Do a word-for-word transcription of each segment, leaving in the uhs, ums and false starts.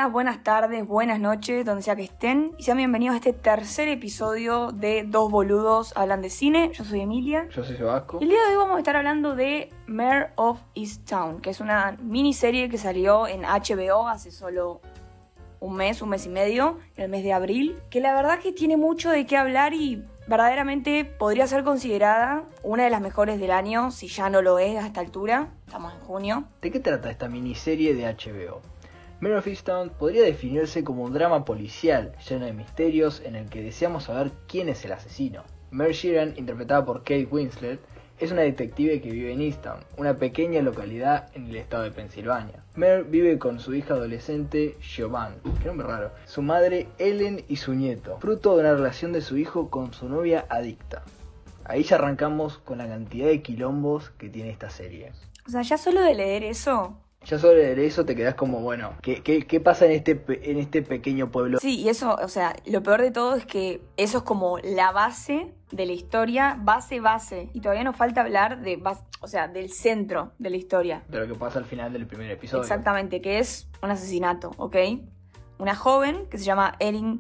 días, buenas tardes, buenas noches, donde sea que estén. Y sean bienvenidos a este tercer episodio de Dos Boludos Hablan de Cine. Yo soy Emilia. Yo soy Sebasco. El día de hoy vamos a estar hablando de Mare of Easttown, que es una miniserie que salió en H B O hace solo un mes, un mes y medio, en el mes de abril. Que la verdad que tiene mucho de qué hablar y verdaderamente podría ser considerada una de las mejores del año, si ya no lo es a esta altura. Estamos en junio. ¿De qué trata esta miniserie de H B O? Mare of Easttown podría definirse como un drama policial lleno de misterios en el que deseamos saber quién es el asesino. Mare Sheeran, interpretada por Kate Winslet, es una detective que vive en Easttown, una pequeña localidad en el estado de Pensilvania. Mare vive con su hija adolescente Siobhan, qué nombre raro, su madre Ellen y su nieto, fruto de una relación de su hijo con su novia adicta. Ahí ya arrancamos con la cantidad de quilombos que tiene esta serie. O sea, ya solo de leer eso... Ya sobre eso te quedás como, bueno, ¿qué, qué, qué pasa en este, en este pequeño pueblo? Sí, y eso, o sea, lo peor de todo es que eso es como la base de la historia, base, base. Y todavía nos falta hablar de, base, o sea, del centro de la historia. De lo que pasa al final del primer episodio. Exactamente, que es un asesinato, ¿ok? Una joven que se llama Erin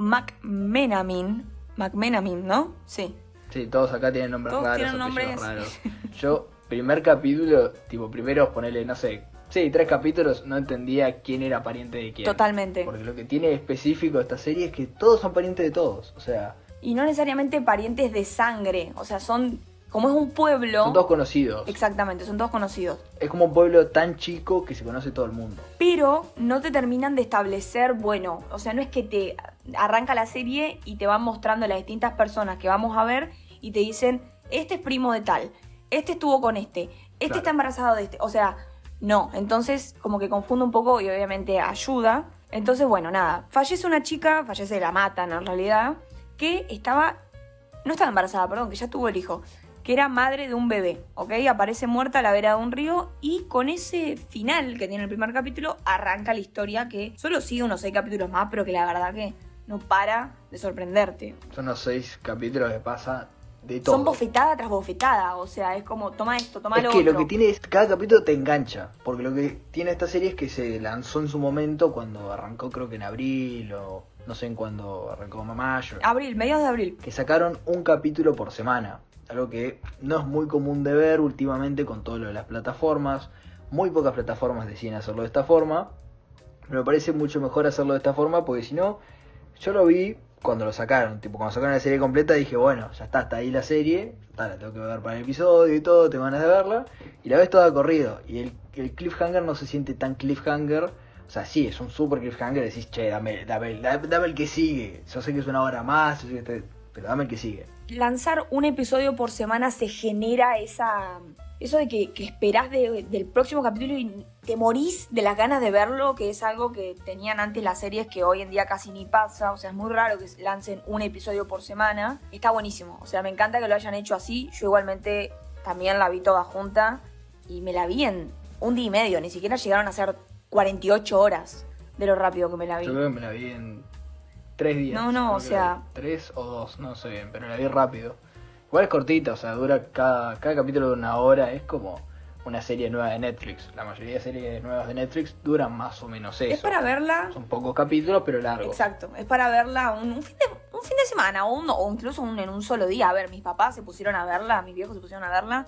McMenamin. McMenamin, ¿no? Sí. Sí, todos acá tienen nombres todos raros, tienen nombres raros. Yo, primer capítulo, tipo, primero ponerle, no sé... Sí, tres capítulos, no entendía quién era pariente de quién. Totalmente. Porque lo que tiene específico esta serie es que todos son parientes de todos, o sea... Y no necesariamente parientes de sangre, o sea, son... Como es un pueblo... Son todos conocidos. Exactamente, son todos conocidos. Es como un pueblo tan chico que se conoce todo el mundo. Pero no te terminan de establecer, bueno, o sea, no es que te arranca la serie y te van mostrando las distintas personas que vamos a ver y te dicen, este es primo de tal, este estuvo con este, este Claro. está embarazado de este, o sea... No, entonces como que confunde un poco y obviamente ayuda. Entonces, bueno, nada, fallece una chica, fallece, la matan en realidad, que estaba, no estaba embarazada, perdón, que ya tuvo el hijo, que era madre de un bebé, ¿ok? Aparece muerta a la vera de un río y con ese final que tiene el primer capítulo arranca la historia que solo sigue unos seis capítulos más, pero que la verdad que no para de sorprenderte. Son los seis capítulos que pasa... De todo. Son bofetada tras bofetada, o sea, es como, toma esto, toma es lo que otro. lo que tiene es, cada capítulo te engancha, porque lo que tiene esta serie es que se lanzó en su momento cuando arrancó, creo que en abril, o no sé en cuándo arrancó mayo. Abril, mediados de abril. Que sacaron un capítulo por semana, algo que no es muy común de ver últimamente con todo lo de las plataformas. Muy pocas plataformas deciden hacerlo de esta forma, pero me parece mucho mejor hacerlo de esta forma, porque si no, yo lo vi... Cuando lo sacaron, tipo cuando sacaron la serie completa dije, bueno, ya está, está ahí la serie, está, la tengo que ver para el episodio y todo, tengo ganas de verla, y la ves toda corrido, y el, el cliffhanger no se siente tan cliffhanger, o sea, sí, es un super cliffhanger, decís, che, dame, dame, dame, dame el que sigue, yo sé que es una hora más, yo sé que está, pero dame el que sigue. Lanzar un episodio por semana se genera esa... Eso de que, que esperás de, del próximo capítulo y te morís de las ganas de verlo, que es algo que tenían antes las series que hoy en día casi ni pasa. O sea, es muy raro que lancen un episodio por semana. Está buenísimo. O sea, me encanta que lo hayan hecho así. Yo igualmente también la vi toda junta y me la vi en un día y medio. Ni siquiera llegaron a ser cuarenta y ocho horas de lo rápido que me la vi. Yo creo que me la vi en tres días. No, no, o sea... Tres o dos, no sé bien, pero la vi rápido. Igual es cortita, o sea, dura cada, cada capítulo de una hora, es como una serie nueva de Netflix. La mayoría de series nuevas de Netflix duran más o menos eso. Es para verla... Son pocos capítulos, pero largos. Exacto, es para verla un, un, fin, de, un fin de semana o, un, o incluso un, en un solo día. A ver, mis papás se pusieron a verla, mis viejos se pusieron a verla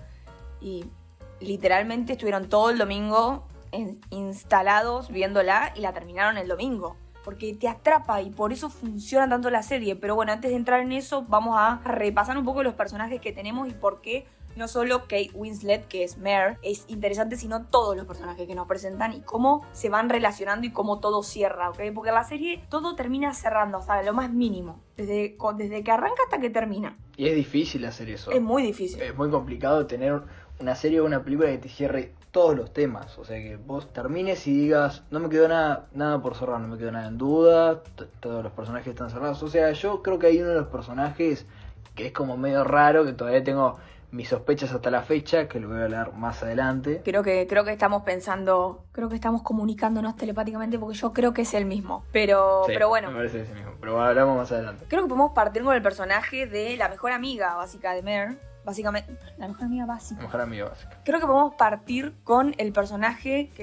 y literalmente estuvieron todo el domingo en, instalados viéndola y la terminaron el domingo. Porque te atrapa y por eso funciona tanto la serie. Pero bueno, antes de entrar en eso, vamos a repasar un poco los personajes que tenemos y por qué no solo Kate Winslet, que es Mare, es interesante, sino todos los personajes que nos presentan y cómo se van relacionando y cómo todo cierra, ¿ok? Porque la serie todo termina cerrando, hasta lo más mínimo. Desde, desde que arranca hasta que termina. Y es difícil hacer eso. Es muy difícil. Es muy complicado tener una serie o una película que te cierre todos los temas, o sea que vos termines y digas, no me quedó nada nada por cerrar, no me quedó nada en duda, t- todos los personajes están cerrados, o sea, yo creo que hay uno de los personajes que es como medio raro, que todavía tengo mis sospechas hasta la fecha, que lo voy a hablar más adelante. Creo que, creo que estamos pensando, creo que estamos comunicándonos telepáticamente porque yo creo que es el mismo, pero, Sí, pero bueno. me parece que es el mismo, pero hablamos más adelante. Creo que podemos partir con el personaje de la mejor amiga básica de Mare. Básicamente, la mejor amiga básica. Mejor amigo básico. Creo que podemos partir con el personaje que es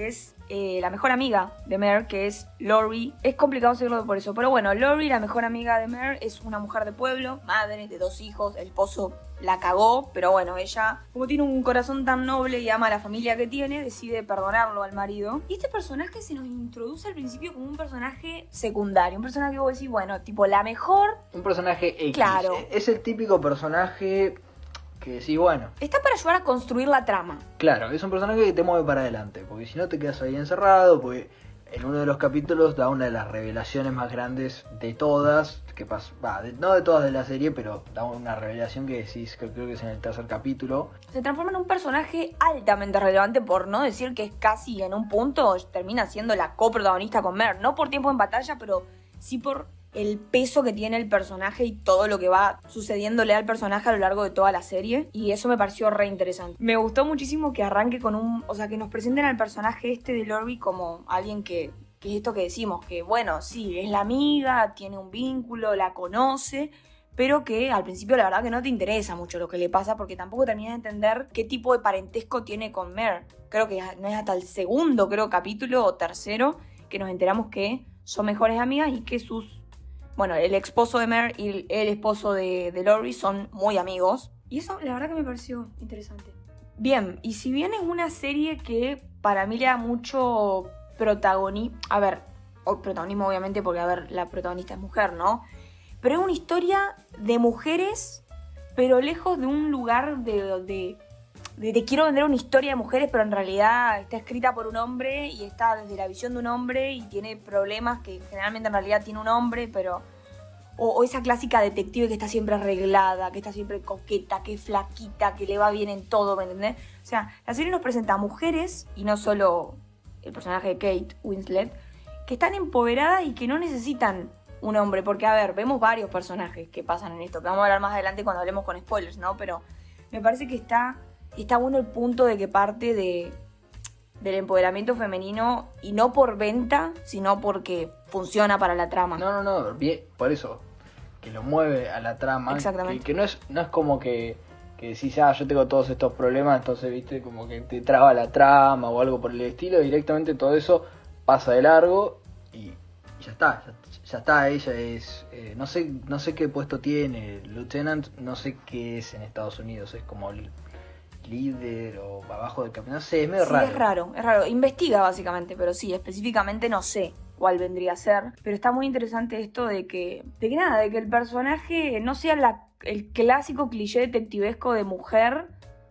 eh, la mejor amiga de Mer, que es Lori. Es complicado decirlo por eso, pero bueno, Lori, la mejor amiga de Mer, es una mujer de pueblo, madre de dos hijos, el esposo la cagó, pero bueno, ella, como tiene un corazón tan noble y ama a la familia que tiene, decide perdonarlo al marido. Y este personaje se nos introduce al principio como un personaje secundario, un personaje que vos decís, bueno, tipo la mejor... Un personaje X. Claro. Es el típico personaje que sí, bueno. Está para ayudar a construir la trama. Claro, es un personaje que te mueve para adelante, porque si no te quedas ahí encerrado, porque en uno de los capítulos da una de las revelaciones más grandes de todas, que pasa, va, de, no de todas de la serie, pero da una revelación que decís, que creo que es en el tercer capítulo. Se transforma en un personaje altamente relevante, por no decir que es casi en un punto, termina siendo la coprotagonista con Mer, no por tiempo en batalla, pero sí por el peso que tiene el personaje y todo lo que va sucediéndole al personaje a lo largo de toda la serie, y eso me pareció re interesante. Me gustó muchísimo que arranque con un, o sea, que nos presenten al personaje este de Lori como alguien que, que es esto que decimos, que bueno, sí, es la amiga, tiene un vínculo, la conoce, pero que al principio la verdad que no te interesa mucho lo que le pasa, porque tampoco terminas de entender qué tipo de parentesco tiene con Mer. Creo que no es hasta el segundo, creo, capítulo o tercero que nos enteramos que son mejores amigas y que sus... Bueno, el esposo de Mer y el esposo de, de Lori son muy amigos. Y eso la verdad que me pareció interesante. Bien, y si bien es una serie que para mí le da mucho protagonismo... A ver, protagonismo obviamente porque, a ver, la protagonista es mujer, ¿no? Pero es una historia de mujeres, pero lejos de un lugar de... de de te quiero vender una historia de mujeres, pero en realidad está escrita por un hombre y está desde la visión de un hombre y tiene problemas que generalmente en realidad tiene un hombre, pero... O, o esa clásica detective que está siempre arreglada, que está siempre coqueta, que es flaquita, que le va bien en todo, ¿me entendés? O sea, la serie nos presenta a mujeres, y no solo el personaje de Kate Winslet, que están empoderadas y que no necesitan un hombre, porque a ver, vemos varios personajes que pasan en esto, que vamos a hablar más adelante cuando hablemos con spoilers, ¿no? Pero me parece que está... Está bueno el punto de que parte de, del empoderamiento femenino y no por venta, sino porque funciona para la trama. No, no, no, bien, por eso, que lo mueve a la trama. Exactamente. Que, que no es no es como que, que decís, ah, yo tengo todos estos problemas, entonces, viste, como que te traba la trama o algo por el estilo. Directamente todo eso pasa de largo y ya está, ya, ya está. Ella es, eh, no sé no sé qué puesto tiene, Lieutenant, no sé qué es en Estados Unidos, es como... líder o abajo del capitán, no sé, es medio sí, raro. es raro, es raro. Investiga básicamente, pero sí, específicamente no sé cuál vendría a ser. Pero está muy interesante esto de que, de que nada, de que el personaje no sea la, el clásico cliché detectivesco de mujer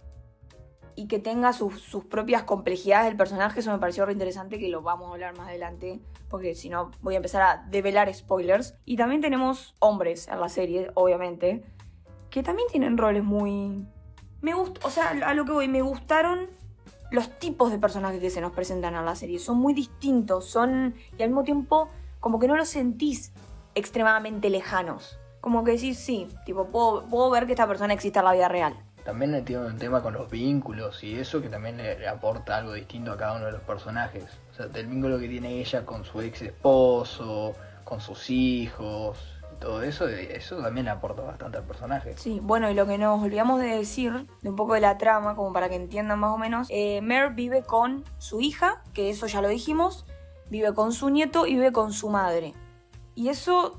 y que tenga sus, sus propias complejidades del personaje. Eso me pareció re interesante, que lo vamos a hablar más adelante, porque si no voy a empezar a develar spoilers. Y también tenemos hombres en la serie, obviamente, que también tienen roles muy... Me gustó, o sea, a lo que voy, me gustaron los tipos de personajes que se nos presentan en la serie. Son muy distintos, son... Y al mismo tiempo, como que no los sentís extremadamente lejanos. Como que decís, sí, tipo, puedo, puedo ver que esta persona existe en la vida real. También tiene un tema con los vínculos y eso que también le, le aporta algo distinto a cada uno de los personajes. O sea, del vínculo que tiene ella con su ex esposo, con sus hijos... Todo eso, eso también aporta bastante al personaje. Sí, bueno, y lo que nos olvidamos de decir, de un poco de la trama, como para que entiendan más o menos, eh, Mer vive con su hija, que eso ya lo dijimos, vive con su nieto y vive con su madre. Y eso,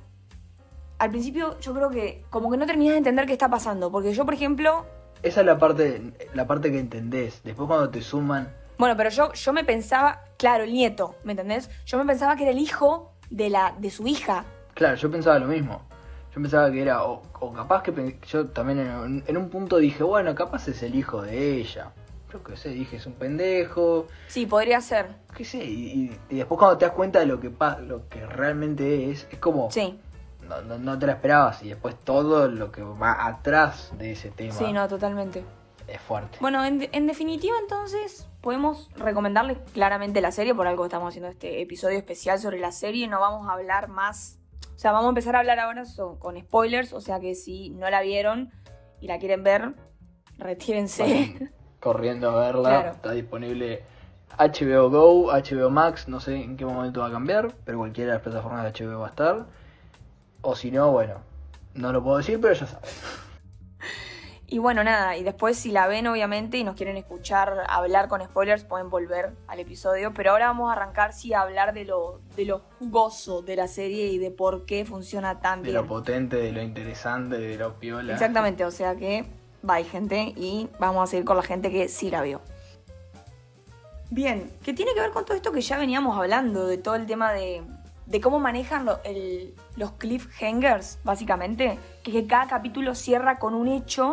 al principio, yo creo que como que no terminás de entender qué está pasando, porque yo, por ejemplo... Esa es la parte, la parte que entendés, después cuando te suman... Bueno, pero yo, yo me pensaba, claro, el nieto, ¿me entendés? Yo me pensaba que era el hijo de, la, de su hija. Claro, yo pensaba lo mismo. Yo pensaba que era, o, o capaz que yo también en, en un punto dije, bueno, capaz es el hijo de ella. Yo qué sé, dije, es un pendejo. Sí, podría ser. Qué sé, y, y después cuando te das cuenta de lo que pa, lo que realmente es, es como... Sí. No, no, no te la esperabas, y después todo lo que va atrás de ese tema. Sí, no, totalmente. Es fuerte. Bueno, en, en definitiva, entonces, podemos recomendarles claramente la serie, por algo estamos haciendo este episodio especial sobre la serie. No vamos a hablar más... O sea, vamos a empezar a hablar ahora so, con spoilers, o sea que si no la vieron y la quieren ver, retírense. Vayan corriendo a verla, claro. Está disponible H B O Go, H B O Max, no sé en qué momento va a cambiar, pero cualquiera de las plataformas de H B O va a estar. O si no, bueno, no lo puedo decir, pero ya sabes. Y bueno, nada, y después si la ven obviamente y nos quieren escuchar hablar con spoilers, pueden volver al episodio. Pero ahora vamos a arrancar sí a hablar de lo, de lo jugoso de la serie y de por qué funciona tan De bien. lo potente, de lo interesante, de lo piola. Exactamente, o sea que bye gente y vamos a seguir con la gente que sí la vio. Bien, que tiene que ver con todo esto que ya veníamos hablando, de todo el tema de, de cómo manejan lo, el, los cliffhangers, básicamente, que, que cada capítulo cierra con un hecho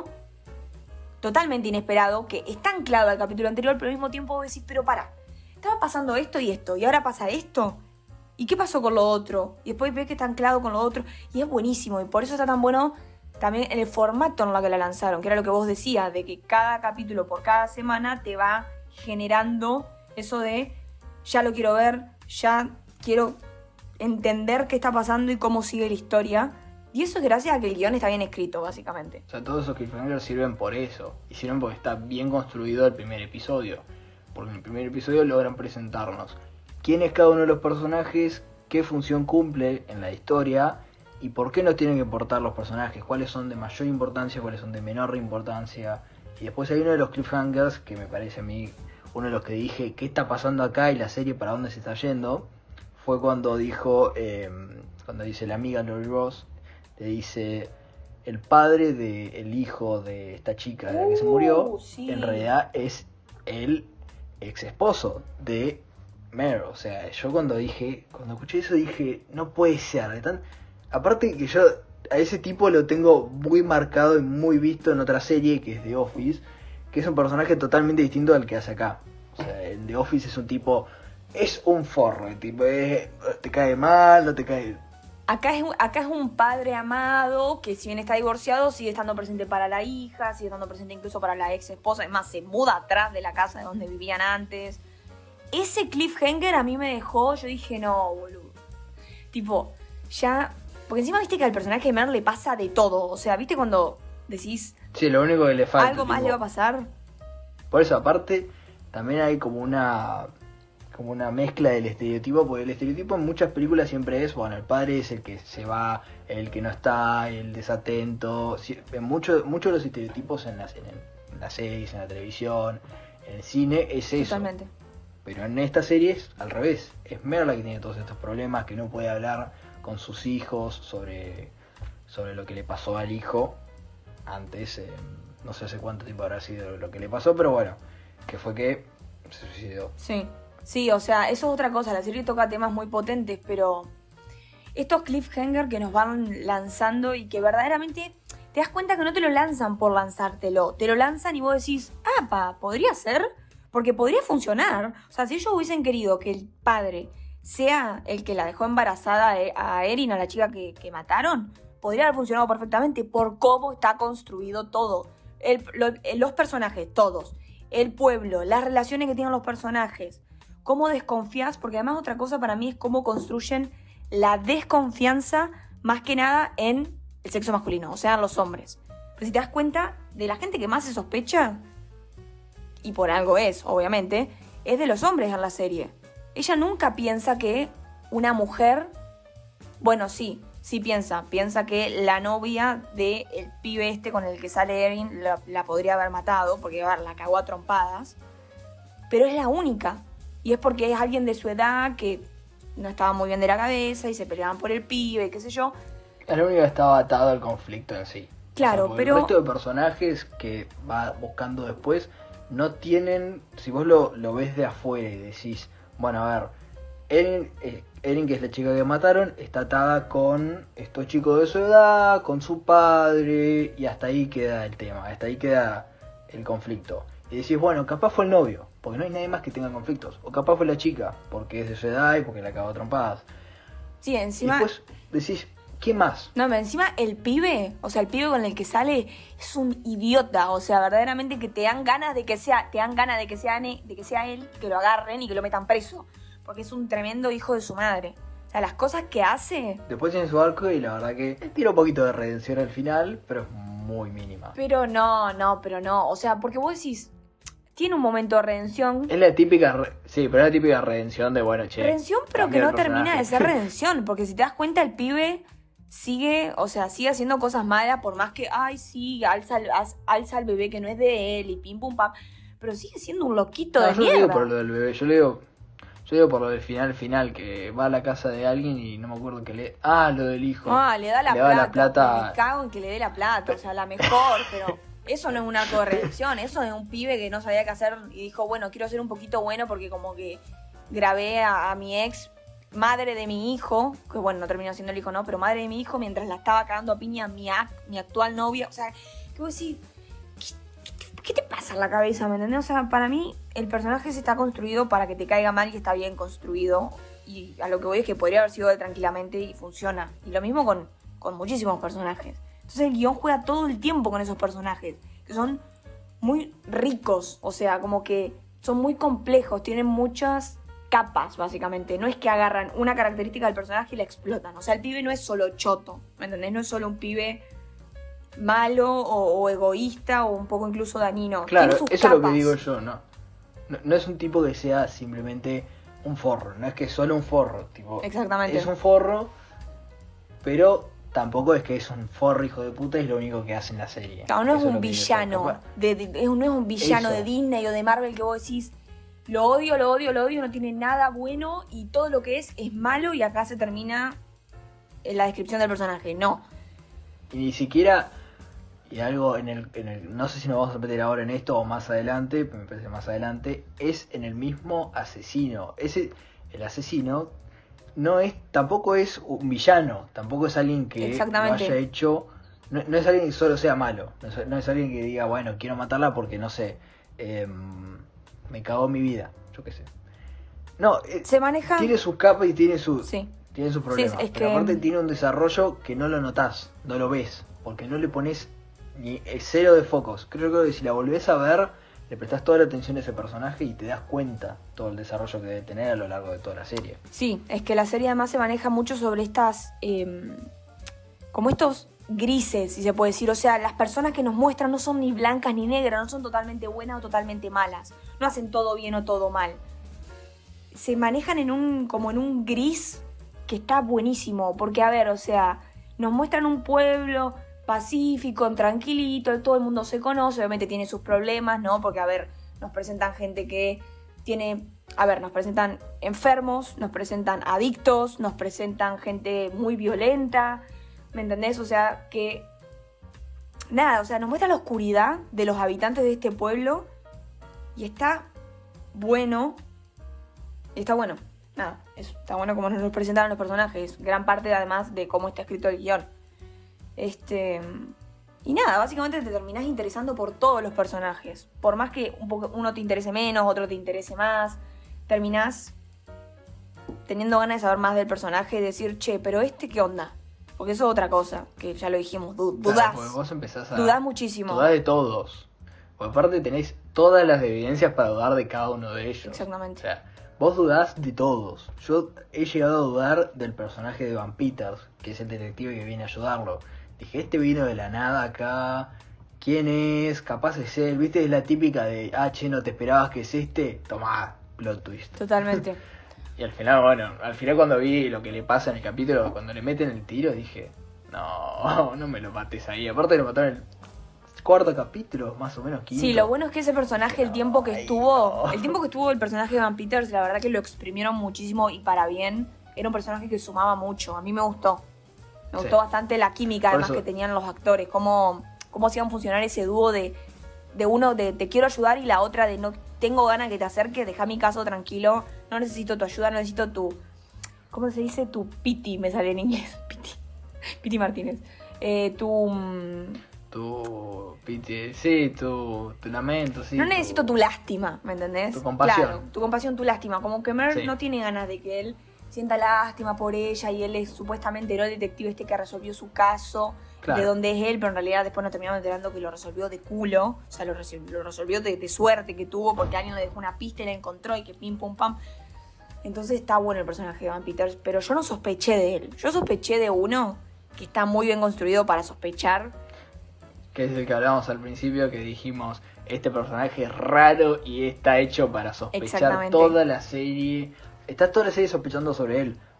totalmente inesperado, que está anclado al capítulo anterior, pero al mismo tiempo vos decís, pero para, estaba pasando esto y esto, y ahora pasa esto, ¿y qué pasó con lo otro? Y después ves que está anclado con lo otro, y es buenísimo, y por eso está tan bueno también el formato en el que la lanzaron, que era lo que vos decías, de que cada capítulo por cada semana te va generando eso de, ya lo quiero ver, ya quiero entender qué está pasando y cómo sigue la historia. Y eso es gracias a que el guión está bien escrito, básicamente. O sea, todos esos cliffhangers sirven por eso. Y sirven porque está bien construido el primer episodio. Porque en el primer episodio logran presentarnos quién es cada uno de los personajes, qué función cumple en la historia y por qué nos tienen que importar los personajes, cuáles son de mayor importancia, cuáles son de menor importancia. Y después hay uno de los cliffhangers que me parece a mí uno de los que dije, ¿qué está pasando acá y la serie para dónde se está yendo? Fue cuando dijo, eh, cuando dice la amiga Lori Ross, le dice, el padre del hijo de esta chica de la que se murió, Uh, sí. en realidad es el ex esposo de Meryl. O sea, yo cuando dije, cuando escuché eso dije, no puede ser. Tan... Aparte que yo a ese tipo lo tengo muy marcado y muy visto en otra serie que es The Office, que es un personaje totalmente distinto al que hace acá. O sea, en The Office es un tipo, es un forro, el tipo es, te cae mal, no te cae... Acá es, acá es un padre amado que si bien está divorciado sigue estando presente para la hija, sigue estando presente incluso para la ex esposa. Es más, se muda atrás de la casa de donde vivían antes. Ese cliffhanger a mí me dejó, yo dije, no, boludo. Tipo, ya... Porque encima viste que al personaje de Mer le pasa de todo. O sea, viste cuando decís... Sí, lo único que le falta... ¿Algo más tipo, le va a pasar? Por eso, aparte, también hay como una... como una mezcla del estereotipo, porque el estereotipo en muchas películas siempre es, bueno, el padre es el que se va, el que no está, el desatento. En muchos muchos de los estereotipos en las, en, en las series, en la televisión, en el cine, es eso. Totalmente. Pero en esta serie es al revés. Es Meryl la que tiene todos estos problemas, que no puede hablar con sus hijos sobre, sobre lo que le pasó al hijo antes. Eh, no sé hace cuánto tiempo habrá sido lo que le pasó, pero bueno, que fue que se suicidó. Sí. Sí, o sea, eso es otra cosa. La serie toca temas muy potentes, pero estos cliffhangers que nos van lanzando y que verdaderamente te das cuenta que no te lo lanzan por lanzártelo. Te lo lanzan y vos decís, ah, pa, ¿podría ser? Porque podría funcionar. O sea, si ellos hubiesen querido que el padre sea el que la dejó embarazada a Erin, a la chica que, que mataron, podría haber funcionado perfectamente por cómo está construido todo. El, lo, los personajes, todos. El pueblo, las relaciones que tienen los personajes. Cómo desconfías, porque además otra cosa para mí es cómo construyen la desconfianza más que nada en el sexo masculino, o sea, en los hombres. Pero si te das cuenta, de la gente que más se sospecha, y por algo es, obviamente, es de los hombres en la serie. Ella nunca piensa que una mujer, bueno, sí, sí piensa, piensa que la novia del pibe este con el que sale Erin la, la podría haber matado, porque a ver, la cagó a trompadas, pero es la única. Y es porque es alguien de su edad que no estaba muy bien de la cabeza y se peleaban por el pibe, qué sé yo. Es lo único que estaba atado al conflicto en sí. Claro, o sea, pero... el resto de personajes que va buscando después no tienen... Si vos lo, lo ves de afuera y decís, bueno, a ver, Erin, eh, Erin, que es la chica que mataron, está atada con estos chicos de su edad, con su padre, y hasta ahí queda el tema, hasta ahí queda el conflicto. Y decís, bueno, capaz fue el novio, porque no hay nadie más que tenga conflictos. O capaz fue la chica, porque es de su edad y porque la acabó a trompadas. Sí, encima... Y después decís, ¿qué más? No, pero encima el pibe, o sea, el pibe con el que sale es un idiota. O sea, verdaderamente que te dan ganas de que sea, te dan ganas de que sea, de que sea él, que lo agarren y que lo metan preso. Porque es un tremendo hijo de su madre. O sea, las cosas que hace... Después tiene su arco y la verdad que tira un poquito de redención al final, pero es muy mínima. Pero no, no, pero no. O sea, porque vos decís... Tiene un momento de redención. Es la típica, re- sí, pero es la típica redención de, bueno, che. Redención, pero que no termina de ser redención. Porque si te das cuenta, el pibe sigue, o sea, sigue haciendo cosas malas, por más que, ay, sí, alza, al- az- alza al bebé que no es de él y pim pum pam, pero sigue siendo un loquito No, de yo no mierda. digo por lo del bebé, yo le digo, yo digo por lo del final final, que va a la casa de alguien y no me acuerdo que le... Ah, lo del hijo. Ah, le da la Le plata, da la plata. me cago en que le dé la plata, o sea, la mejor, pero eso no es un arco de redención, eso es un pibe que no sabía qué hacer y dijo, bueno, quiero ser un poquito bueno porque como que grabé a, a mi ex, madre de mi hijo, que bueno, no terminó siendo el hijo, no, pero madre de mi hijo, mientras la estaba cagando a piña mi, ac- mi actual novia, o sea, que vos decís, ¿qué, qué- qué te pasa en la cabeza, me entendés? O sea, para mí el personaje se está construido para que te caiga mal y está bien construido, y a lo que voy es que podría haber sido tranquilamente y funciona, y lo mismo con, con muchísimos personajes. Entonces el guión juega todo el tiempo con esos personajes, que son muy ricos, o sea, como que son muy complejos, tienen muchas capas, básicamente. No es que agarran una característica del personaje y la explotan. O sea, el pibe no es solo choto, ¿me entendés? No es solo un pibe malo o, o egoísta o un poco incluso dañino. Claro, Tiene sus eso es lo que capas. digo yo, ¿no? ¿no? No es un tipo que sea simplemente un forro, no es que es solo un forro, tipo... Exactamente. Es un forro, pero tampoco es que es un forro hijo de puta y es lo único que hace en la serie. Claro, no es Eso un lo que digo yo. villano, Capaz- de, de- es un- no es un villano Eso. de Disney o de Marvel que vos decís, lo odio, lo odio, lo odio, no tiene nada bueno y todo lo que es es malo y acá se termina en la descripción del personaje. No. Y ni siquiera... Y algo en el, en el... No sé si nos vamos a meter ahora en esto o más adelante, pero me parece más adelante, es en el mismo asesino. Ese, el asesino no es, tampoco es un villano, tampoco es alguien que lo Exactamente. haya hecho... No, no es alguien que solo sea malo, no es, no es alguien que diga, bueno, quiero matarla porque, no sé, eh, me cagó mi vida, yo qué sé. No, eh, Se maneja... tiene sus capas y tiene sus... Sí. Tiene sus problemas, es pero que- aparte tiene un desarrollo que no lo notás, no lo ves, porque no le pones ni el cero de focos. Creo que si la volvés a ver, le prestás toda la atención a ese personaje y te das cuenta todo el desarrollo que debe tener a lo largo de toda la serie. Sí, es que la serie además se maneja mucho sobre estas, eh, como estos grises, si se puede decir. O sea, las personas que nos muestran no son ni blancas ni negras, no son totalmente buenas o totalmente malas. No hacen todo bien o todo mal. Se manejan en un, como en un gris que está buenísimo. Porque, a ver, o sea, nos muestran un pueblo pacífico, tranquilito, todo el mundo se conoce, obviamente tiene sus problemas, ¿no? Porque, a ver, nos presentan gente que tiene... A ver, nos presentan enfermos, nos presentan adictos, nos presentan gente muy violenta, ¿me entendés? O sea, que... Nada, o sea, nos muestra la oscuridad de los habitantes de este pueblo y está bueno. Está bueno. Nada, eso, está bueno como nos lo presentaron los personajes. Gran parte, además, de cómo está escrito el guión. Este... Y nada, básicamente te terminás interesando por todos los personajes. Por más que un poco, uno te interese menos, otro te interese más, terminás teniendo ganas de saber más del personaje y decir, che, pero este qué onda. Porque eso es otra cosa, que ya lo dijimos, du- Claro, dudás. porque vos empezás a... Dudás muchísimo. Dudás de todos. Porque aparte tenés todas las evidencias para dudar de cada uno de ellos. Exactamente. O sea, vos dudás de todos. Yo he llegado a dudar del personaje de Van Peters, que es el detective que viene a ayudarlo. Dije, este vino de la nada acá. ¿Quién es? Capaz es él. ¿Viste? Es la típica de, ah, che, no te esperabas que es este. Tomá, plot twist. Totalmente. Y al final, bueno, al final cuando vi lo que le pasa en el capítulo, cuando le meten el tiro, dije, no, no me lo mates ahí. Aparte lo mataron en el cuarto capítulo, más o menos quinto. Sí, lo bueno es que ese personaje, el tiempo que Ay, estuvo, no. el tiempo que estuvo el personaje de Van Peters, la verdad que lo exprimieron muchísimo y para bien. Era un personaje que sumaba mucho. A mí me gustó. Me Sí. gustó bastante la química Por además eso- que tenían los actores, cómo, cómo hacían funcionar ese dúo de, de uno de te quiero ayudar y la otra de no tengo ganas que te acerques, deja mi caso tranquilo, no necesito tu ayuda, no necesito tu, ¿cómo se dice? Tu piti, me sale en inglés, piti, Piti Martínez. Eh, tu... mm, Tu, piti- sí, tu, tu lamento, sí. no necesito tu lástima, ¿me entendés? Tu compasión. Claro, tu compasión, tu lástima. Como que Mer Sí. no tiene ganas de que él sienta lástima por ella y él es supuestamente era el detective este que resolvió su caso, Claro. de dónde es él, pero en realidad después nos terminamos enterando que lo resolvió de culo, o sea, lo, resol- lo resolvió de, de suerte que tuvo porque alguien le dejó una pista y la encontró y que pim pum pam. Entonces está bueno el personaje de Van Peters, pero yo no sospeché de él. Yo sospeché de uno que está muy bien construido para sospechar. Que es el que hablábamos al principio, que dijimos, este personaje es raro y está hecho para sospechar Exactamente. toda la serie. Está toda la serie sospechando sobre él.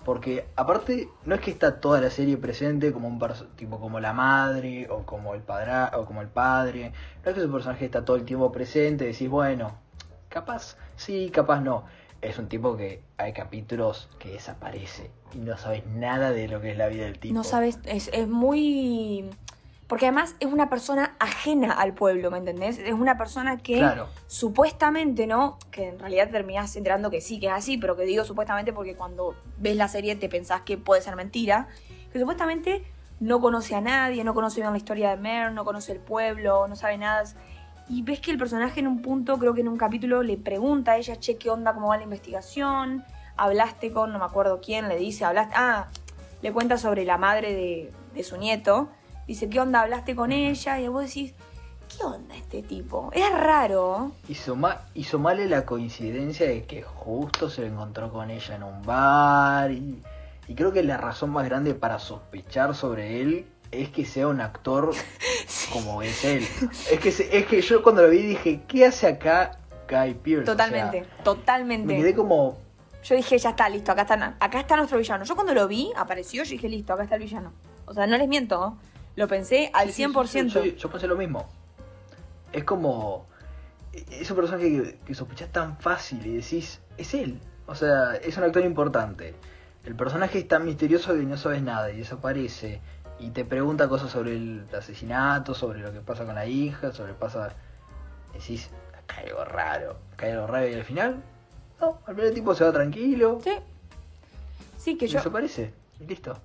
Porque aparte, no es que está toda la serie presente como un perso- tipo como la madre o como el padra o como el padre. No es que su personaje está todo el tiempo presente, decís, bueno, capaz sí, capaz no. Es un tipo que hay capítulos que desaparece y no sabes nada de lo que es la vida del tipo. No sabes, es, es muy... Porque además es una persona ajena al pueblo, ¿me entendés? Es una persona que Claro. supuestamente, ¿no? Que en realidad terminás enterando que sí, que es así, pero que digo supuestamente porque cuando ves la serie te pensás que puede ser mentira. Que supuestamente no conoce a nadie, no conoce bien la historia de Mer, no conoce el pueblo, no sabe nada. Y ves que el personaje en un punto, creo que en un capítulo, le pregunta a ella, che, ¿qué onda? ¿Cómo va la investigación? Hablaste con, no me acuerdo quién, le dice, hablaste... Ah, le cuenta sobre la madre de, de su nieto. Dice, ¿qué onda? ¿Hablaste con ella? Y vos decís, ¿qué onda este tipo? Es raro. Hizo, ma hizo mal la coincidencia de que justo se encontró con ella en un bar. Y, y creo que la razón más grande para sospechar sobre él es que sea un actor sí. como es él. Es que, se, es que yo cuando lo vi dije, ¿qué hace acá Guy Pearce? Totalmente, o sea, totalmente. Me quedé como... Yo dije, ya está, listo, acá está, acá está nuestro villano. Yo cuando lo vi, apareció, yo dije, listo, acá está el villano. O sea, no les miento, ¿no? Lo pensé al sí, cien por ciento. Sí, sí, yo, yo pensé lo mismo. Es como... Es un personaje que, que sospechás tan fácil y decís, es él. O sea, es un actor importante. El personaje es tan misterioso que no sabes nada y desaparece. Y te pregunta cosas sobre el asesinato, sobre lo que pasa con la hija, sobre pasa... Decís, acá hay algo raro. Acá hay algo raro y al final... No, al final el tipo se va tranquilo. Sí. Sí, que yo... Desaparece. Y listo.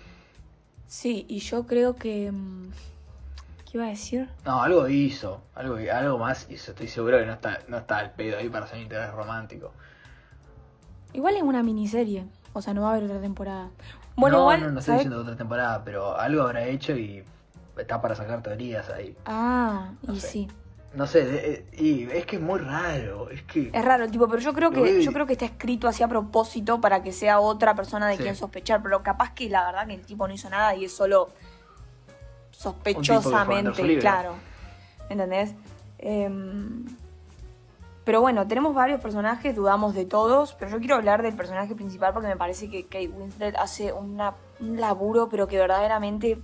Sí, y yo creo que... ¿Qué iba a decir? No, algo hizo, algo, algo más hizo, estoy seguro que no está, no está al pedo ahí para hacer un interés romántico. Igual es una miniserie, o sea, no va a haber otra temporada. Bueno, no, igual, no, no estoy diciendo otra temporada, pero algo habrá hecho y está para sacar teorías ahí. Ah, no y sé. sí. No sé, de, y es que es muy raro, es que... Es raro el tipo, pero yo creo que voy... yo creo que está escrito así a propósito para que sea otra persona de sí. quien sospechar, pero capaz que la verdad que el tipo no hizo nada y es solo sospechosamente, claro, ¿entendés? Eh, pero bueno, tenemos varios personajes, dudamos de todos, pero yo quiero hablar del personaje principal porque me parece que Kate Winslet hace una, un laburo, pero que verdaderamente...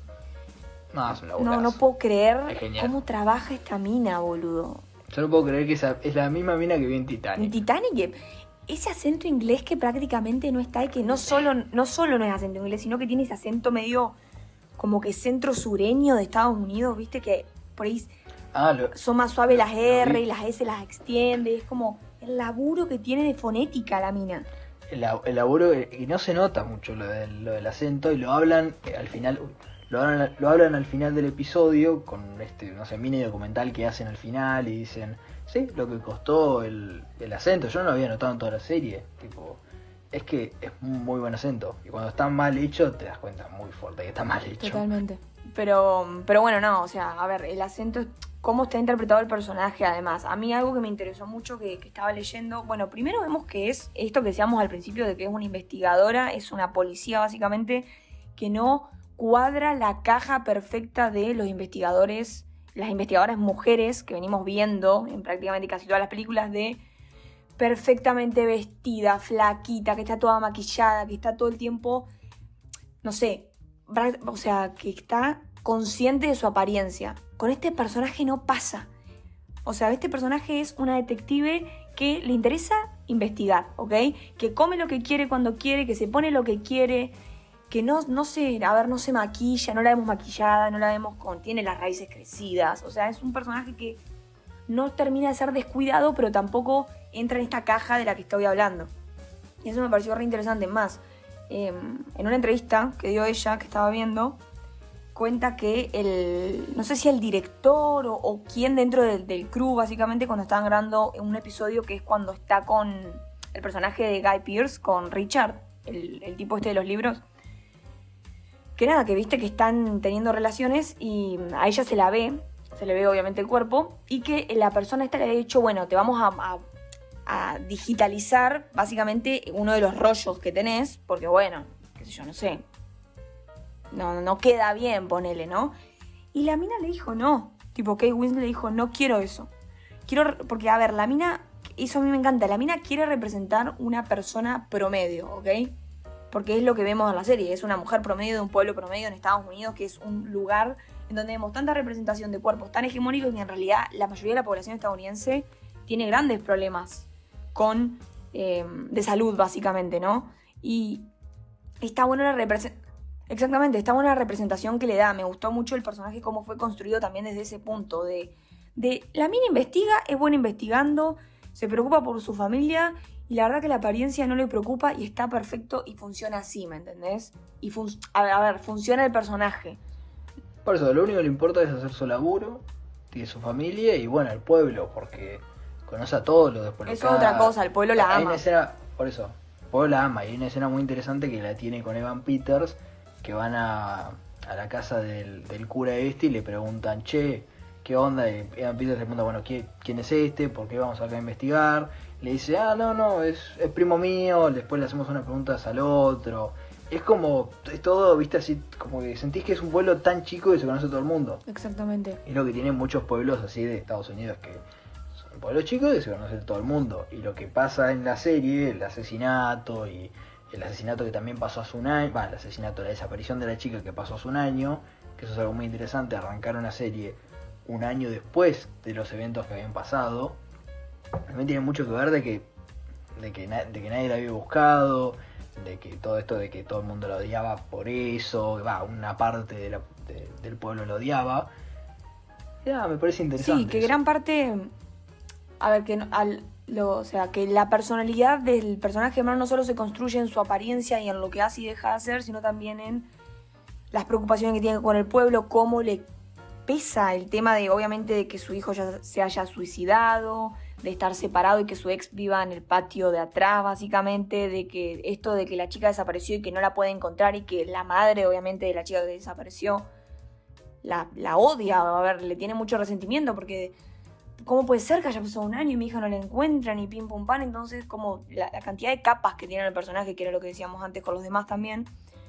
No, es un laburo. No, no puedo creer cómo trabaja esta mina, boludo. Yo no puedo creer que esa es la misma mina que vi en Titanic. En Titanic, ese acento inglés que prácticamente no está y que no solo, no solo no es acento inglés, sino que tiene ese acento medio como que centro-sureño de Estados Unidos, viste que por ahí ah, lo, son más suaves las R y las S las extiende. Es como el laburo que tiene de fonética la mina. El, el laburo, y no se nota mucho lo del, lo del acento, y lo hablan eh, al final... Uy, Lo hablan, lo hablan al final del episodio con este, no sé, mini documental que hacen al final y dicen, sí, lo que costó el, el acento. Yo no lo había notado en toda la serie. Tipo, es que es un muy buen acento. Y cuando está mal hecho, te das cuenta muy fuerte que está mal hecho. Totalmente. Pero, pero bueno, no, o sea, a ver, el acento, cómo está interpretado el personaje además. A mí algo que me interesó mucho que, que estaba leyendo, bueno, primero vemos que es esto que decíamos al principio de que es una investigadora, es una policía básicamente, que no... cuadra la caja perfecta de los investigadores, las investigadoras mujeres que venimos viendo en prácticamente casi todas las películas, de perfectamente vestida, flaquita, que está toda maquillada, que está todo el tiempo, no sé, o sea, que está consciente de su apariencia. Con este personaje no pasa. O sea, este personaje es una detective que le interesa investigar, ¿ok? Que come lo que quiere cuando quiere, que se pone lo que quiere... que no, no se, a ver, no se maquilla, no la vemos maquillada, no la vemos con, tiene las raíces crecidas, o sea, es un personaje que no termina de ser descuidado, pero tampoco entra en esta caja de la que estoy hablando. Y eso me pareció re interesante. Más, eh, en una entrevista que dio ella, que estaba viendo, cuenta que el, no sé si el director o, o quién dentro del, del crew, básicamente, cuando estaban grabando un episodio que es cuando está con el personaje de Guy Pearce, con Richard, el, el tipo este de los libros, que nada, que viste que están teniendo relaciones y a ella se la ve, se le ve obviamente el cuerpo, y que la persona esta le había dicho, bueno, te vamos a, a, a digitalizar básicamente uno de los rollos que tenés, porque bueno, qué sé yo, no sé, no, no queda bien, ponele, ¿no? Y la mina le dijo no, tipo Kate Winslet le dijo, no quiero eso, quiero, porque a ver, la mina, eso a mí me encanta, la mina quiere representar una persona promedio, ¿ok? porque es lo que vemos en la serie. Es una mujer promedio de un pueblo promedio en Estados Unidos, que es un lugar en donde vemos tanta representación de cuerpos tan hegemónicos que en realidad la mayoría de la población estadounidense tiene grandes problemas con, eh, de salud, básicamente, ¿no? Y está buena la representación. Exactamente, está buena la representación que le da. Me gustó mucho el personaje, cómo fue construido también desde ese punto. De, de la mina investiga, es buena investigando, se preocupa por su familia y la verdad que la apariencia no le preocupa y está perfecto y funciona así, ¿me entendés? Y fun- a, ver, a ver, funciona el personaje. Por eso, lo único que le importa es hacer su laburo, tiene su familia y bueno, el pueblo, porque conoce a todos los después. Eso es otra cosa, el pueblo la hay ama. Una escena, por eso, el pueblo la ama y hay una escena muy interesante que la tiene con Evan Peters, que van a, a la casa del, del cura este y le preguntan, che, ¿qué onda? Y Evan Peters le pregunta, bueno, ¿quién, quién es este? ¿Por qué vamos acá a investigar? Le dice, ah, no, no, es, es primo mío. Después le hacemos unas preguntas al otro. Es como, es todo, viste, así, como que sentís que es un pueblo tan chico que se conoce todo el mundo. Exactamente. Es lo que tienen muchos pueblos así de Estados Unidos, que son pueblos chicos y se conoce todo el mundo. Y lo que pasa en la serie, el asesinato y el asesinato que también pasó hace un año, va, el asesinato, la desaparición de la chica que pasó hace un año, que eso es algo muy interesante, arrancar una serie un año después de los eventos que habían pasado, también tiene mucho que ver de que, de que, na- de que nadie la había buscado, de que todo esto de que todo el mundo lo odiaba por eso, va, una parte de la, de- del pueblo lo odiaba. Ya, me parece interesante. Sí, que eso. gran parte, a ver, que no- al, lo, o sea, que la personalidad del personaje no solo se construye en su apariencia y en lo que hace y deja de hacer, sino también en las preocupaciones que tiene con el pueblo, cómo le pesa el tema de, obviamente, de que su hijo ya se haya suicidado, de estar separado y que su ex viva en el patio de atrás, básicamente, de que esto de que la chica desapareció y que no la puede encontrar y que la madre, obviamente, de la chica que desapareció la, la odia, a ver, le tiene mucho resentimiento porque ¿cómo puede ser que haya pasado un año y mi hija no la encuentra ni pim pum pan? Entonces, como la, la cantidad de capas que tiene el personaje, que era lo que decíamos antes con los demás también,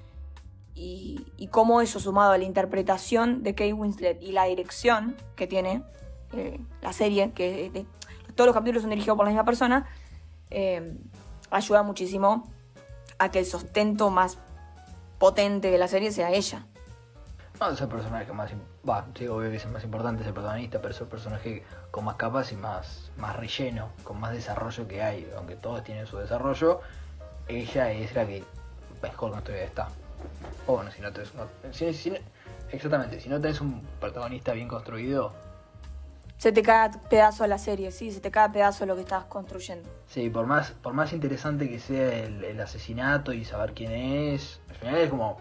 y, y cómo eso sumado a la interpretación de Kate Winslet y la dirección que tiene eh, la serie, que de, todos los capítulos son dirigidos por la misma persona, eh, ayuda muchísimo a que el sostento más potente de la serie sea ella. No, es el personaje más... Va, sí, obvio que es el más importante, es el protagonista, pero es el personaje con más capas y más, más relleno, con más desarrollo que hay. Aunque todos tienen su desarrollo, ella es la que mejor construida está. O bueno, si no tenés... No, si, si, exactamente, si no tenés un protagonista bien construido... Se te cae a pedazo la serie, sí, se te cae a pedazo lo que estás construyendo. Sí, por más, por más interesante que sea el, el asesinato y saber quién es, al final es como...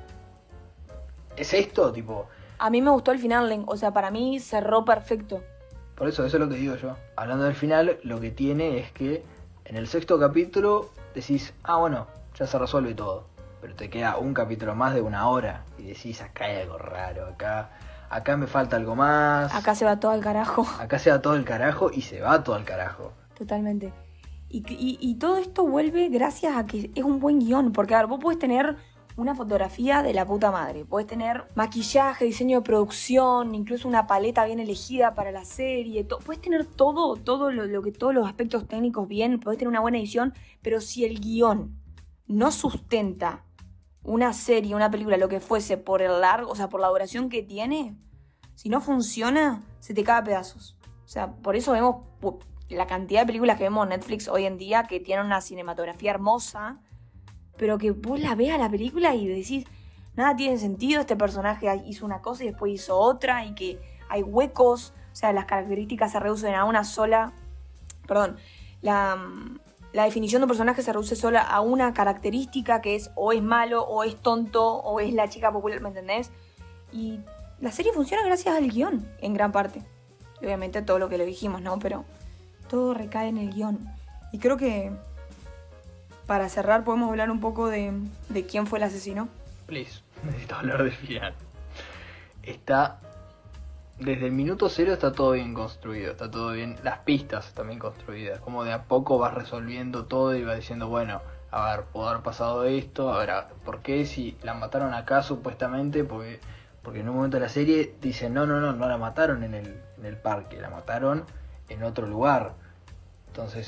¿Es esto? Tipo... A mí me gustó el final, o sea, para mí cerró perfecto. Por eso, eso es lo que digo yo. Hablando del final, lo que tiene es que en el sexto capítulo decís, ah, bueno, ya se resuelve todo. Pero te queda un capítulo más de una hora y decís, acá hay algo raro, acá, acá me falta algo más. Acá se va todo al carajo. Acá se va todo el carajo y se va todo el carajo. Totalmente. Y, y, y todo esto vuelve gracias a que es un buen guión. Porque, a ver, vos podés tener una fotografía de la puta madre. Podés tener maquillaje, diseño de producción, incluso una paleta bien elegida para la serie. To- podés tener todo, todo lo, lo que, todos los aspectos técnicos bien. Podés tener una buena edición. Pero si el guión no sustenta una serie, una película, lo que fuese, por el largo, o sea, por la duración que tiene, si no funciona, se te cae a pedazos. O sea, por eso vemos la cantidad de películas que vemos en Netflix hoy en día que tienen una cinematografía hermosa, pero que vos la veas la película y decís, nada tiene sentido, este personaje hizo una cosa y después hizo otra, y que hay huecos, o sea, las características se reducen a una sola, perdón, la, la definición de un personaje se reduce sola a una característica que es o es malo, o es tonto, o es la chica popular, ¿me entendés? Y la serie funciona gracias al guión, en gran parte. Obviamente todo lo que le dijimos, ¿no? Pero todo recae en el guión. Y creo que para cerrar podemos hablar un poco de, de quién fue el asesino. Please, necesito hablar del final. Está... Desde el minuto cero está todo bien construido, está todo bien... Las pistas están bien construidas. Como de a poco vas resolviendo todo y vas diciendo, bueno, a ver, pudo haber pasado esto, a ver, ¿por qué si la mataron acá supuestamente? Porque, porque en un momento de la serie dicen, no, no, no, no la mataron en el, en el parque, la mataron en otro lugar. Entonces,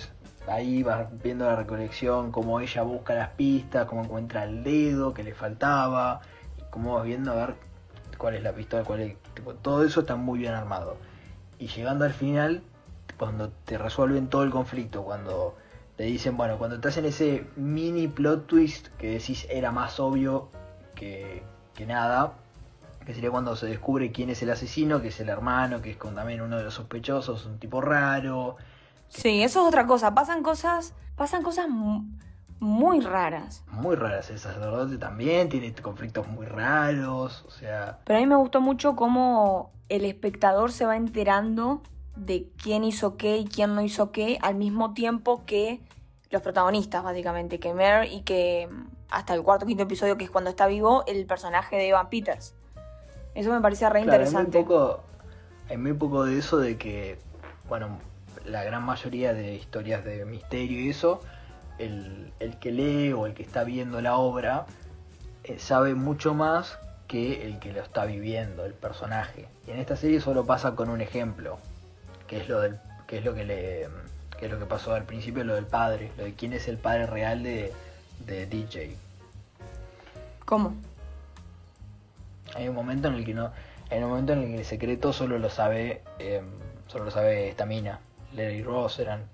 ahí vas viendo la recolección, cómo ella busca las pistas, cómo encuentra el dedo que le faltaba, y cómo vas viendo a ver cuál es la pistola, cuál es, tipo, todo eso está muy bien armado. Y llegando al final, cuando te resuelven todo el conflicto, cuando te dicen, bueno, cuando te hacen ese mini plot twist que decís era más obvio que, que nada, que sería cuando se descubre quién es el asesino, que es el hermano, que es con también uno de los sospechosos, un tipo raro. Sí, eso es otra cosa. Pasan cosas, pasan cosas mu- muy raras. Muy raras el sacerdote también, tiene conflictos muy raros, o sea... Pero a mí me gustó mucho cómo el espectador se va enterando de quién hizo qué y quién no hizo qué al mismo tiempo que los protagonistas, básicamente, que Mare y que hasta el cuarto o quinto episodio, que es cuando está vivo, el personaje de Evan Peters. Eso me parece re Claro, interesante. Hay muy, poco, hay muy poco de eso de que, bueno, la gran mayoría de historias de misterio y eso, el, el que lee o el que está viendo la obra eh, sabe mucho más que el que lo está viviendo, el personaje. Y en esta serie solo pasa con un ejemplo, que es lo del, que es lo que le, que es lo que pasó al principio, lo del padre, lo de quién es el padre real de, de D J. ¿Cómo? Hay un momento en el que no, hay un momento en el que el secreto solo lo sabe, eh, solo lo sabe esta mina, Larry Ross eran.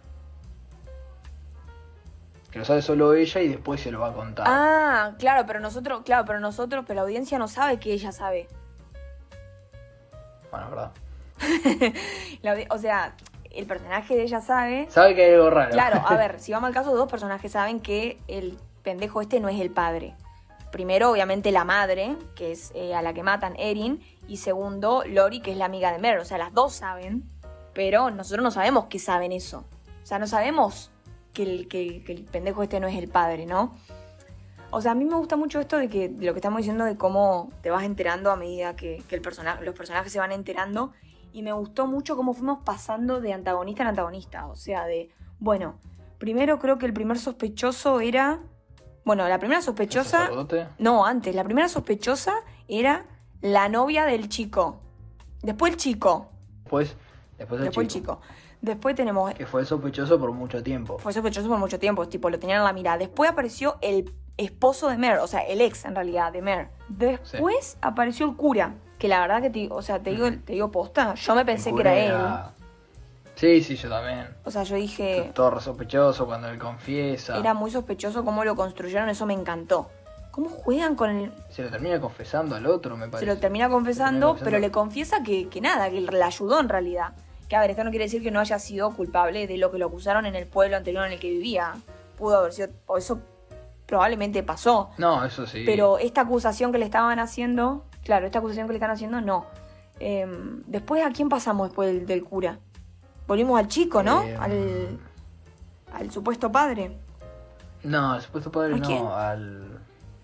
Que lo sabe solo ella y después se lo va a contar. Ah, claro, pero nosotros, claro, pero nosotros, pero la audiencia no sabe que ella sabe. Bueno, es verdad. La audi- o sea, el personaje de ella sabe. Sabe que hay algo raro. Claro, a ver, si vamos al caso, dos personajes saben que el pendejo este no es el padre. Primero, obviamente, la madre, que es eh, a la que matan, Erin. Y segundo, Lori, que es la amiga de Mare. O sea, las dos saben, pero nosotros no sabemos que saben eso. O sea, no sabemos que el, que, que el pendejo este no es el padre, ¿no? O sea, a mí me gusta mucho esto de que de lo que estamos diciendo de cómo te vas enterando a medida que, que el persona, los personajes se van enterando. Y me gustó mucho cómo fuimos pasando de antagonista en antagonista. O sea, de, bueno, primero creo que el primer sospechoso era... Bueno, la primera sospechosa... ¿El sacerdote? No, antes. La primera sospechosa era la novia del chico. Después el chico. Después, después el Después chico. el chico. Después tenemos... Que fue sospechoso por mucho tiempo. Fue sospechoso por mucho tiempo. Tipo, lo tenían en la mirada. Después apareció el esposo de Mare. O sea, el ex, en realidad, de Mare. Después sí. apareció el cura. Que la verdad que, te, o sea, te digo, te digo posta. Yo me pensé que era, era él. Sí, sí, yo también. O sea, yo dije... Todo sospechoso cuando él confiesa. Era muy sospechoso cómo lo construyeron, eso me encantó. ¿Cómo juegan con el...? Se lo termina confesando al otro, me parece. Se lo termina confesando, termina confesando. Pero le confiesa que, que nada, que le ayudó en realidad. Que a ver, esto no quiere decir que no haya sido culpable de lo que lo acusaron en el pueblo anterior en el que vivía. Pudo haber sido... O eso probablemente pasó. No, eso sí. Pero esta acusación que le estaban haciendo... Claro, esta acusación que le están haciendo, no. Eh, después, ¿a quién pasamos después del, del cura? Volvimos al chico, ¿no? Eh, al, al supuesto padre. No, al supuesto padre no, quién? al...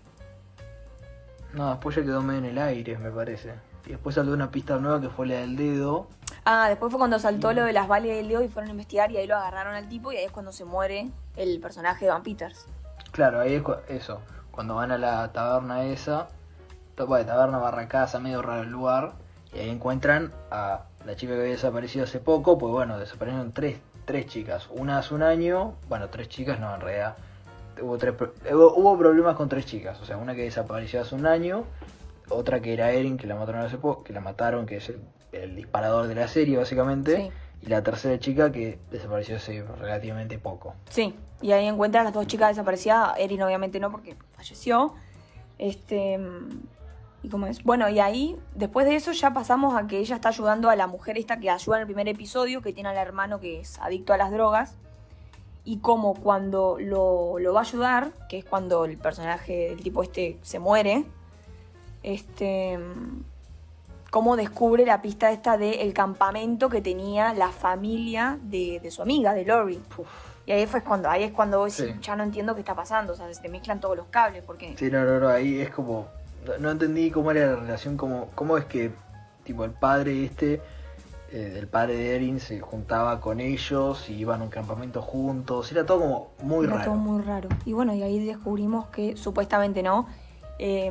No, después ya quedó medio en el aire, me parece. Y después salió una pista nueva que fue la del dedo. Ah, después fue cuando saltó y... lo de las balas del dedo y fueron a investigar y ahí lo agarraron al tipo y ahí es cuando se muere el personaje de Evan Peters. Claro, ahí es cu- eso. Cuando van a la taberna esa, topa de taberna barra casa, medio raro el lugar, y ahí encuentran a... la chica que había desaparecido hace poco, pues bueno, desaparecieron tres, tres chicas. Una hace un año, bueno, tres chicas no, en realidad. Hubo, tres, hubo, hubo problemas con tres chicas. O sea, una que desapareció hace un año, otra que era Erin, que la mataron hace poco, que la mataron, que es el, el disparador de la serie, básicamente. Sí. Y la tercera chica que desapareció hace relativamente poco. Sí, y ahí encuentran a las dos chicas desaparecidas. Erin obviamente no, porque falleció. Este... ¿Y cómo es? Bueno, y ahí, después de eso, ya pasamos a que ella está ayudando a la mujer esta que ayuda en el primer episodio, que tiene al hermano que es adicto a las drogas. Y como cuando lo, lo va a ayudar, que es cuando el personaje del tipo este se muere, este, cómo descubre la pista esta del campamento que tenía la familia de, de su amiga, de Lori. Uf. Y ahí fue cuando, ahí es cuando vos sí. ya no entiendo qué está pasando, o sea, se te mezclan todos los cables, porque... Sí, no, no, no, ahí es como... No entendí cómo era la relación, cómo, cómo es que tipo el padre este, eh, el padre de Erin se juntaba con ellos y iban a un campamento juntos, era todo como muy era raro. Era todo muy raro. Y bueno, y ahí descubrimos que supuestamente no, eh,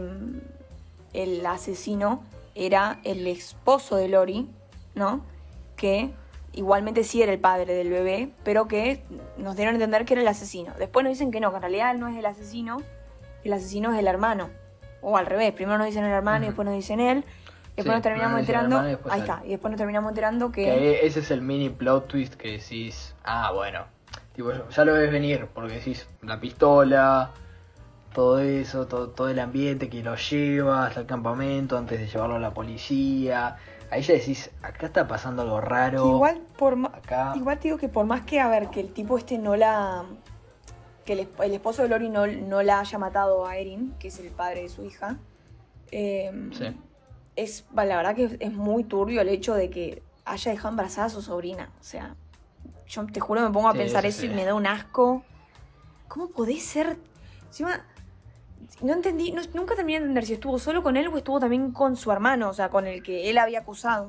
el asesino era el esposo de Lori, ¿no? Que igualmente sí era el padre del bebé, pero que nos dieron a entender que era el asesino. Después nos dicen que no, que en realidad él no es el asesino, el asesino es el hermano. O al revés, primero nos dicen el hermano uh-huh. y después nos dicen él. Después sí, nos terminamos enterando. Ahí él. está, y después nos terminamos enterando que... que. Ese es el mini plot twist que decís. Ah, bueno. Tipo, ya lo ves venir, porque decís la pistola, todo eso, todo, todo el ambiente que lo lleva hasta el campamento antes de llevarlo a la policía. Ahí ya decís, acá está pasando algo raro. Igual, por ma- acá. igual te digo que por más que, a ver, que el tipo este no la... que el, el esposo de Lori no, no la haya matado a Erin, que es el padre de su hija. Eh, sí. Es, la verdad que es muy turbio el hecho de que haya dejado embarazada a su sobrina. O sea, yo te juro me pongo a sí, pensar eso, eso sí. y me da un asco. ¿Cómo podés ser...? Encima, no entendí, no, nunca terminé de entender si estuvo solo con él o estuvo también con su hermano, o sea, con el que él había acusado.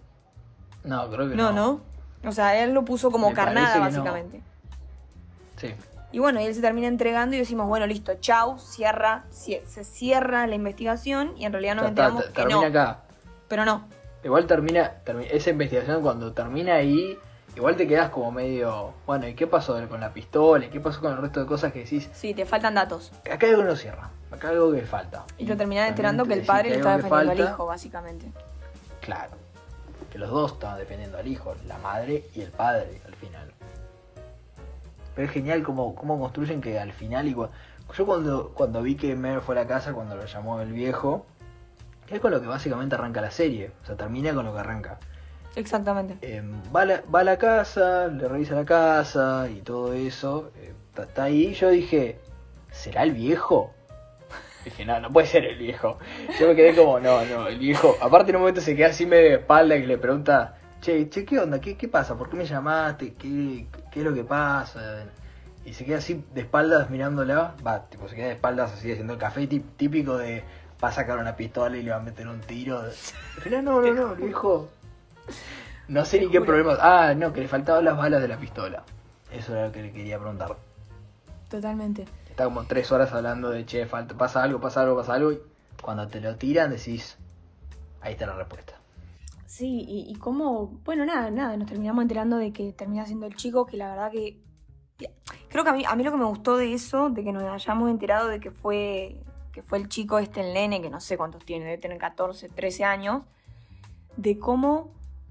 No, creo que no. No, no. O sea, él lo puso como me carnada, básicamente. No. Sí. Y bueno, y él se termina entregando y decimos, bueno, listo, chau, cierra, se cierra la investigación y en realidad nos enteramos que termina no. acá. Pero no. Igual termina, termina, esa investigación cuando termina ahí, igual te quedas como medio, bueno, ¿y qué pasó con la pistola? ¿Y qué pasó con el resto de cosas que decís? Sí, te faltan datos. Acá algo no cierra, acá algo que falta. Y te terminas enterando que el padre le estaba defendiendo al hijo, básicamente. Claro, que los dos estaban defendiendo al hijo, la madre y el padre, al final. Pero es genial cómo, cómo construyen que al final igual. Yo cuando, cuando vi que Mer fue a la casa, cuando lo llamó el viejo, que es con lo que básicamente arranca la serie. O sea, termina con lo que arranca. Exactamente. Eh, va, a la, va a la casa, le revisa la casa y todo eso. Está eh, ahí. Yo dije, ¿será el viejo? Dije, no, no puede ser el viejo. Yo me quedé como, no, no, el viejo. Aparte en un momento se queda así medio de espalda que le pregunta... Che, che, ¿qué onda? ¿Qué, qué pasa? ¿Por qué me llamaste? ¿Qué, ¿Qué es lo que pasa? Y se queda así de espaldas mirándola. Va, tipo, se queda de espaldas así haciendo el café típico de... Va a sacar una pistola y le va a meter un tiro. Al final, no, no, no, el viejo... No sé ni qué problema... Ah, no, que le faltaban las balas de la pistola. Eso era lo que le quería preguntar. Totalmente. Está como tres horas hablando de, che, falta, pasa algo, pasa algo, pasa algo. Y cuando te lo tiran decís... Ahí está la respuesta. Sí, y, y cómo, bueno, nada, nada, nos terminamos enterando de que termina siendo el chico, que la verdad que... Creo que a mí, a mí lo que me gustó de eso, de que nos hayamos enterado de que fue, que fue el chico este, el nene, que no sé cuántos tiene, debe tener catorce, trece años, de cómo,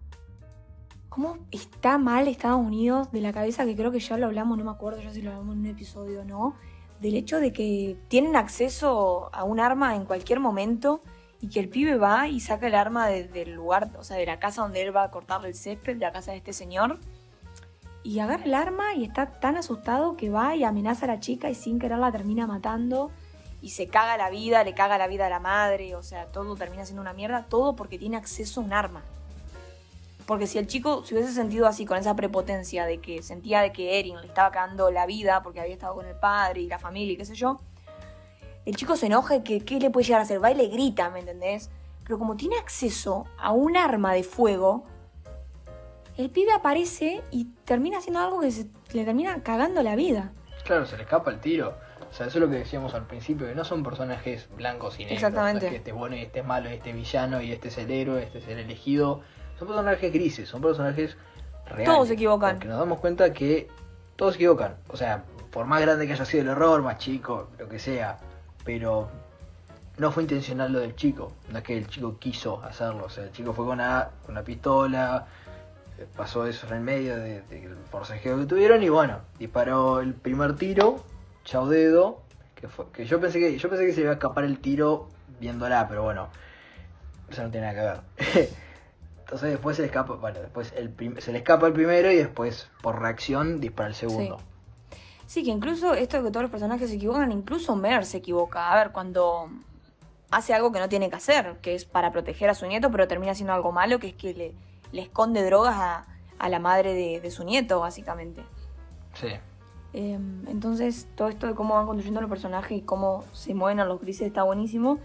cómo está mal Estados Unidos de la cabeza, que creo que ya lo hablamos, no me acuerdo ya si lo hablamos en un episodio o no, del hecho de que tienen acceso a un arma en cualquier momento... Y que el pibe va y saca el arma de, del lugar, o sea, de la casa donde él va a cortarle el césped, de la casa de este señor. Y agarra el arma y está tan asustado que va y amenaza a la chica y sin querer la termina matando. Y se caga la vida, le caga la vida a la madre, o sea, todo termina siendo una mierda. Todo porque tiene acceso a un arma. Porque si el chico se hubiese sentido así, con esa prepotencia de que sentía de que Erin le estaba cagando la vida porque había estado con el padre y la familia y qué sé yo... El chico se enoja y que qué le puede llegar a hacer, va y le grita, ¿me entendés? Pero como tiene acceso a un arma de fuego, el pibe aparece y termina haciendo algo que se, le termina cagando la vida. Claro, se le escapa el tiro. O sea, eso es lo que decíamos al principio, que no son personajes blancos y negros. Exactamente. No es que este es bueno y este es malo, y este es villano y este es el héroe, este es el elegido. Son personajes grises, son personajes reales. Todos se equivocan. Porque nos damos cuenta que todos se equivocan. O sea, por más grande que haya sido el error, más chico, lo que sea... Pero no fue intencional lo del chico, no es que el chico quiso hacerlo, o sea, el chico fue con una, con una pistola, pasó eso en el medio del de, de forcejeo que tuvieron y bueno, disparó el primer tiro, chau dedo, que fue, que yo pensé que yo pensé que se iba a escapar el tiro viéndola, pero bueno, eso no tiene nada que ver. Entonces después se le escapa, bueno, después el prim, se le escapa el primero y después por reacción dispara el segundo. Sí. Sí, que incluso esto de que todos los personajes se equivocan, incluso Mer se equivoca. A ver, cuando hace algo que no tiene que hacer, que es para proteger a su nieto, pero termina haciendo algo malo, que es que le, le esconde drogas a, a la madre de, de su nieto, básicamente. Sí. Eh, entonces, todo esto de cómo van construyendo los personajes y cómo se mueven a los grises está buenísimo.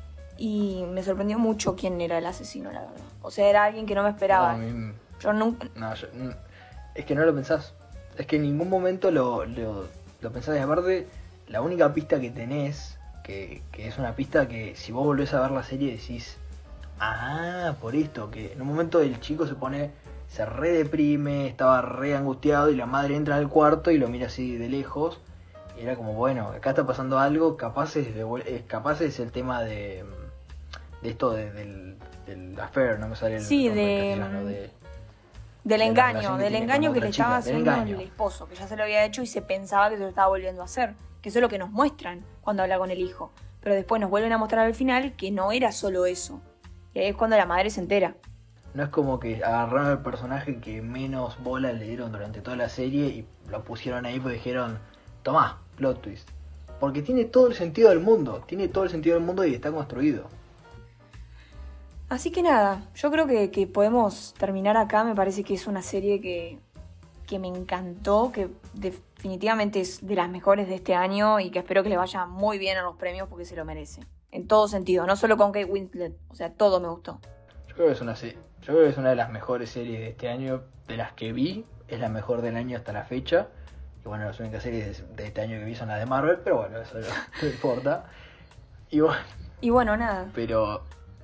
Y me sorprendió mucho quién era el asesino, la verdad. O sea, era alguien que no me esperaba. No, mí... Yo nunca... No, yo... es que no lo pensás. Es que en ningún momento lo, lo, lo pensás. Y aparte, la única pista que tenés, que, que es una pista que si vos volvés a ver la serie decís, ah, por esto, que en un momento el chico se pone se re deprime, estaba re angustiado y la madre entra al cuarto y lo mira así de lejos. Y era como, bueno, acá está pasando algo, capaz es, de, es, capaz es el tema de, de esto de, del, del affair, no me sale el sí, nombre de, castellano, de... Del de engaño, del engaño que le chica, estaba haciendo engaño. el esposo, que ya se lo había hecho y se pensaba que se lo estaba volviendo a hacer. Que eso es lo que nos muestran cuando habla con el hijo. Pero después nos vuelven a mostrar al final que no era solo eso. Y ahí es cuando la madre se entera. No es como que agarraron el personaje que menos bola le dieron durante toda la serie y lo pusieron ahí porque dijeron, tomá, plot twist. Porque tiene todo el sentido del mundo, tiene todo el sentido del mundo y está construido. Así que nada, yo creo que, que podemos terminar acá. Me parece que es una serie que, que me encantó, que definitivamente es de las mejores de este año y que espero que le vaya muy bien a los premios porque se lo merece. En todo sentido, no solo con Kate Winslet, o sea, todo me gustó. Yo creo que es una, yo creo que es una de las mejores series de este año, de las que vi, es la mejor del año hasta la fecha. Y bueno, las únicas series de este año que vi son las de Marvel, pero bueno, eso no, no importa. Y bueno, y bueno, nada. Pero...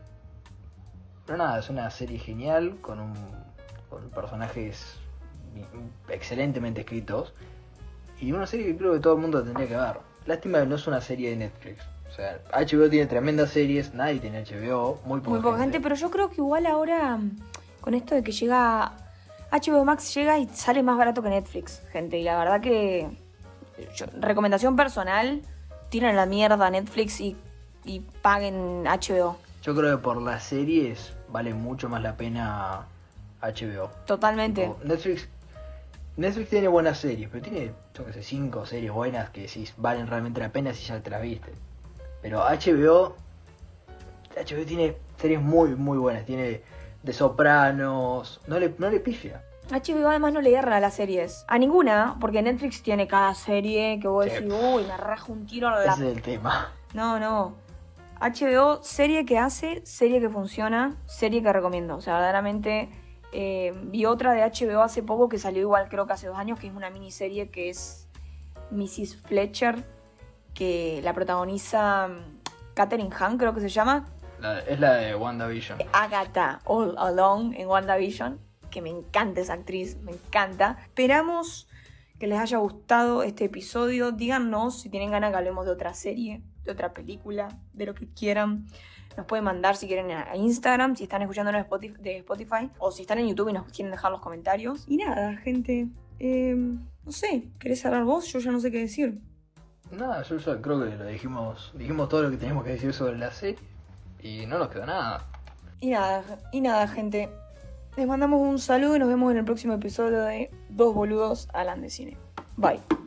Pero nada, es una serie genial, con, un, con personajes excelentemente escritos. Y una serie que creo que todo el mundo tendría que ver. Lástima que no es una serie de Netflix. O sea, H B O tiene tremendas series, nadie tiene H B O, muy poca, muy poca gente. gente. Pero yo creo que igual ahora, con esto de que llega... H B O Max llega y sale más barato que Netflix, gente. Y la verdad que... Yo, recomendación personal, tiren a la mierda a Netflix y, y paguen H B O. Yo creo que por las series vale mucho más la pena H B O. Totalmente. Tipo, Netflix Netflix tiene buenas series, pero tiene, yo qué sé, cinco series buenas que sí valen realmente la pena si ya te las viste. Pero H B O H B O tiene series muy, muy buenas. Tiene The Sopranos, no le, no le pifia. H B O además no le erra a las series. A ninguna, porque Netflix tiene cada serie que vos Sí. decís, uy, me rajo un tiro en la... Ese es el tema. No, no. H B O, serie que hace, serie que funciona, serie que recomiendo. O sea, verdaderamente eh, vi otra de H B O hace poco que salió igual, creo que hace dos años, que es una miniserie que es missus Fletcher, que la protagoniza Katherine Hahn, creo que se llama. La, es la de WandaVision. Agatha All Along en WandaVision, que me encanta esa actriz, me encanta. Esperamos que les haya gustado este episodio. Díganos si tienen ganas que hablemos de otra serie, de otra película, de lo que quieran. Nos pueden mandar si quieren a Instagram, si están escuchando en Spotify, de Spotify, o si están en YouTube y nos quieren dejar los comentarios. Y nada, gente, eh, no sé, ¿querés hablar vos? Yo ya no sé qué decir. Nada, yo, yo creo que lo dijimos, dijimos todo lo que teníamos que decir sobre la serie y no nos quedó nada. Y nada, y nada, gente. Les mandamos un saludo y nos vemos en el próximo episodio de Dos Boludos Hablan de Cine. Bye.